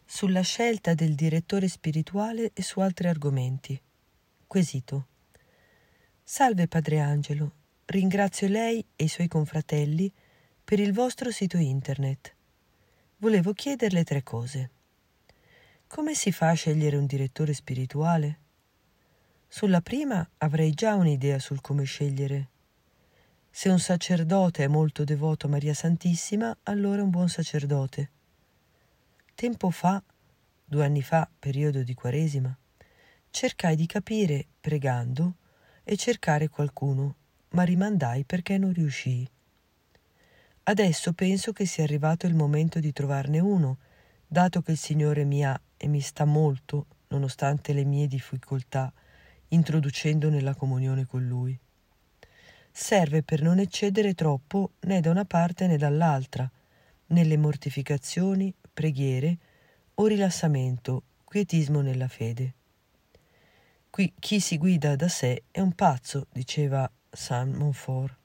sulla scelta del direttore spirituale e su altri argomenti. Quesito. Salve Padre Angelo, ringrazio lei e i suoi confratelli per il vostro sito internet. Volevo chiederle 3 cose. Come si fa a scegliere un direttore spirituale? Sulla prima avrei già un'idea sul come scegliere. Se un sacerdote è molto devoto a Maria Santissima, allora è un buon sacerdote. Tempo fa, 2 anni fa, periodo di Quaresima, cercai di capire, pregando, e cercare qualcuno, ma rimandai perché non riuscii. Adesso penso che sia arrivato il momento di trovarne uno, dato che il Signore mi ha e mi sta molto, nonostante le mie difficoltà, introducendo nella comunione con Lui. Serve per non eccedere troppo né da una parte né dall'altra, nelle mortificazioni, preghiere o rilassamento, quietismo nella fede. Qui chi si guida da sé è un pazzo, diceva Saint Montfort.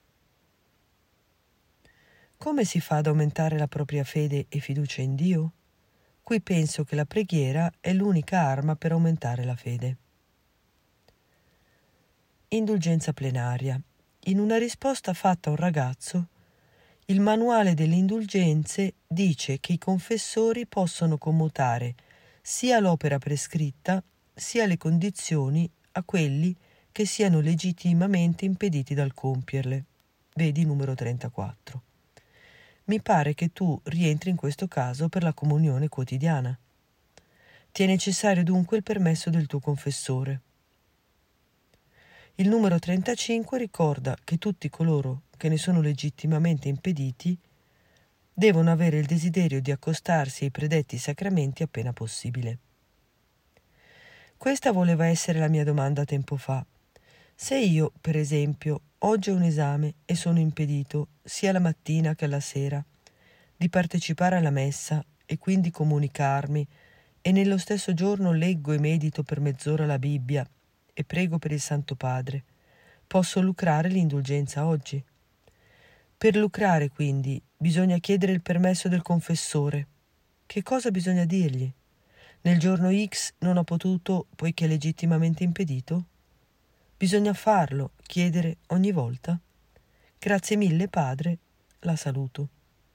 Come si fa ad aumentare la propria fede e fiducia in Dio? Qui penso che la preghiera è l'unica arma per aumentare la fede. Indulgenza plenaria. In una risposta fatta a un ragazzo, il manuale delle indulgenze dice che i confessori possono commutare sia l'opera prescritta sia le condizioni a quelli che siano legittimamente impediti dal compierle. Vedi numero 34. Mi pare che tu rientri in questo caso per la comunione quotidiana. Ti è necessario dunque il permesso del tuo confessore. Il numero 35 ricorda che tutti coloro che ne sono legittimamente impediti devono avere il desiderio di accostarsi ai predetti sacramenti appena possibile. Questa voleva essere la mia domanda tempo fa. Se io, per esempio, oggi ho un esame e sono impedito, sia la mattina che alla sera, di partecipare alla messa e quindi comunicarmi, e nello stesso giorno leggo e medito per mezz'ora la Bibbia e prego per il Santo Padre, posso lucrare l'indulgenza oggi? Per lucrare, quindi, bisogna chiedere il permesso del confessore. Che cosa bisogna dirgli? Nel giorno X non ho potuto poiché legittimamente impedito? Bisogna farlo, chiedere ogni volta? Grazie mille, padre, la saluto.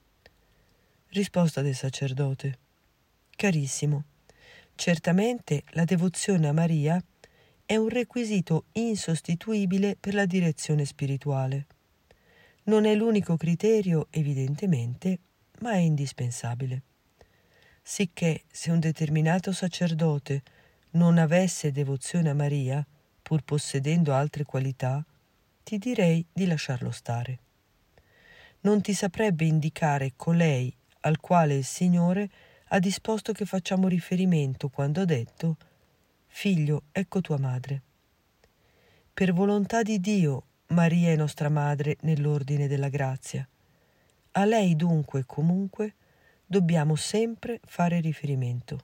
Risposta del sacerdote. Carissimo, certamente la devozione a Maria è un requisito insostituibile per la direzione spirituale. Non è l'unico criterio, evidentemente, ma è indispensabile. Sicché se un determinato sacerdote non avesse devozione a Maria, pur possedendo altre qualità, ti direi di lasciarlo stare. Non ti saprebbe indicare colei al quale il Signore ha disposto che facciamo riferimento quando ha detto: «Figlio, ecco tua madre». Per volontà di Dio, Maria è nostra madre nell'ordine della grazia. A lei dunque, comunque, dobbiamo sempre fare riferimento.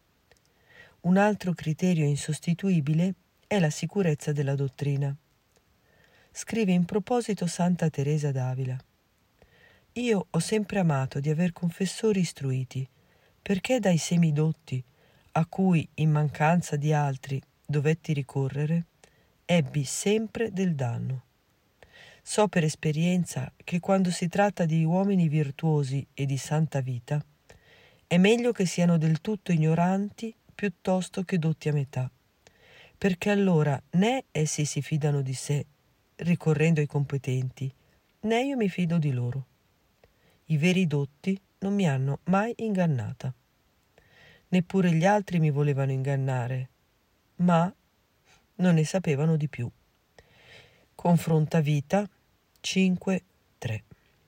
Un altro criterio insostituibile è la sicurezza della dottrina. Scrive in proposito Santa Teresa d'Avila: «Io ho sempre amato di aver confessori istruiti, perché dai semidotti, a cui, in mancanza di altri, dovetti ricorrere, ebbi sempre del danno. So per esperienza che quando si tratta di uomini virtuosi e di santa vita, è meglio che siano del tutto ignoranti piuttosto che dotti a metà, perché allora né essi si fidano di sé, ricorrendo ai competenti, né io mi fido di loro. I veri dotti non mi hanno mai ingannata. Neppure gli altri mi volevano ingannare, ma non ne sapevano di più». Confronta Vita 5:3.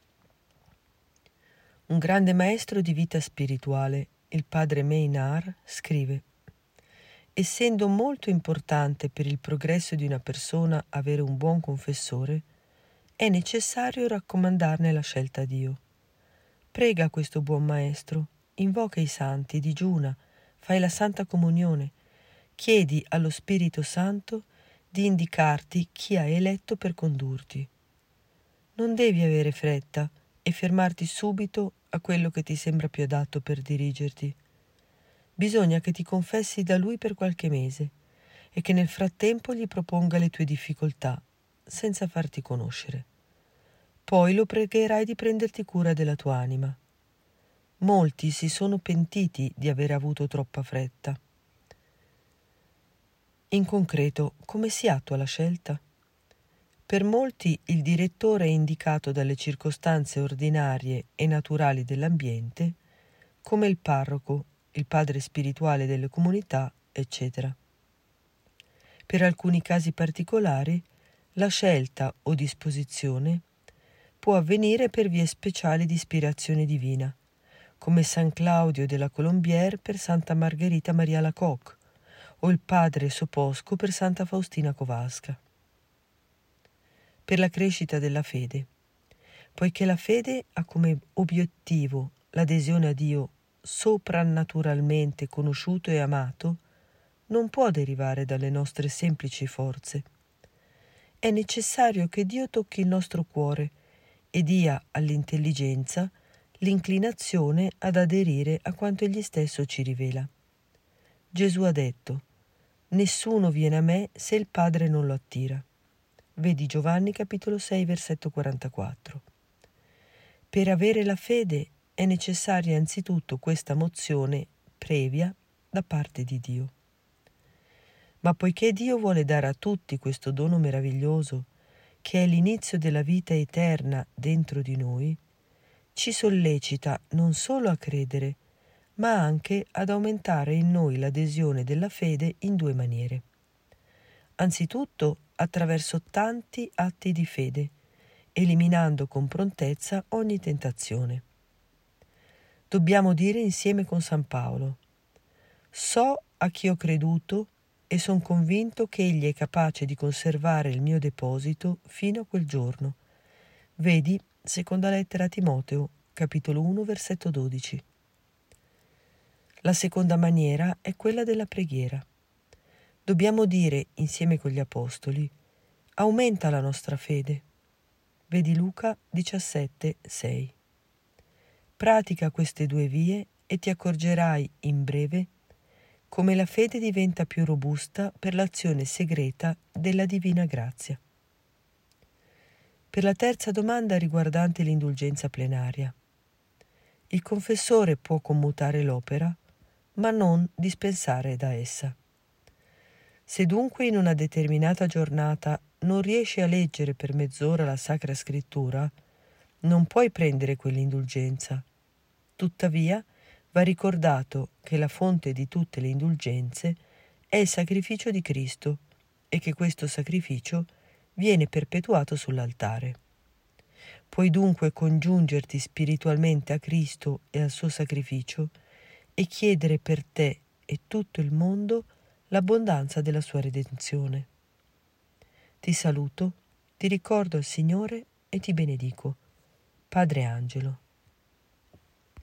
Un grande maestro di vita spirituale, il padre Maynard, scrive: «Essendo molto importante per il progresso di una persona avere un buon confessore, è necessario raccomandarne la scelta a Dio. Prega questo buon maestro, invoca i santi, digiuna, fai la Santa Comunione, chiedi allo Spirito Santo di indicarti chi hai eletto per condurti. Non devi avere fretta e fermarti subito a quello che ti sembra più adatto per dirigerti. bisogna che ti confessi da lui per qualche mese e che nel frattempo gli proponga le tue difficoltà, senza farti conoscere. Poi lo pregherai di prenderti cura della tua anima. Molti si sono pentiti di aver avuto troppa fretta. In concreto, come si attua la scelta? Per molti il direttore è indicato dalle circostanze ordinarie e naturali dell'ambiente, come il parroco, il padre spirituale delle comunità, eccetera. Per alcuni casi particolari, la scelta o disposizione può avvenire per vie speciali di ispirazione divina, come San Claudio della Colombière per Santa Margherita Maria Alacoque o il padre Soposco per Santa Faustina Kowalska. Per la crescita della fede, poiché la fede ha come obiettivo l'adesione a Dio soprannaturalmente conosciuto e amato, non può derivare dalle nostre semplici forze. È necessario che Dio tocchi il nostro cuore e dia all'intelligenza l'inclinazione ad aderire a quanto Egli stesso ci rivela. Gesù ha detto: «Nessuno viene a me se il Padre non lo attira». Vedi Giovanni capitolo 6 versetto 44. Per avere la fede è necessaria anzitutto questa mozione previa da parte di Dio. Ma poiché Dio vuole dare a tutti questo dono meraviglioso, che è l'inizio della vita eterna dentro di noi, ci sollecita non solo a credere, ma anche ad aumentare in noi l'adesione della fede in due maniere. Anzitutto attraverso tanti atti di fede, eliminando con prontezza ogni tentazione. Dobbiamo dire insieme con San Paolo: «So a chi ho creduto e son convinto che Egli è capace di conservare il mio deposito fino a quel giorno». Vedi Seconda lettera a Timoteo, capitolo 1, versetto 12. La seconda maniera è quella della preghiera. Dobbiamo dire, insieme con gli Apostoli: «Aumenta la nostra fede». Vedi Luca 17, 6. Pratica queste due vie e ti accorgerai, in breve, come la fede diventa più robusta per l'azione segreta della divina grazia. Per la terza domanda riguardante l'indulgenza plenaria. Il confessore può commutare l'opera, ma non dispensare da essa. Se dunque in una determinata giornata non riesci a leggere per mezz'ora la Sacra Scrittura, non puoi prendere quell'indulgenza. Tuttavia, va ricordato che la fonte di tutte le indulgenze è il sacrificio di Cristo e che questo sacrificio viene perpetuato sull'altare. Puoi dunque congiungerti spiritualmente a Cristo e al suo sacrificio e chiedere per te e tutto il mondo l'abbondanza della sua redenzione. Ti saluto, ti ricordo al Signore e ti benedico. Padre Angelo.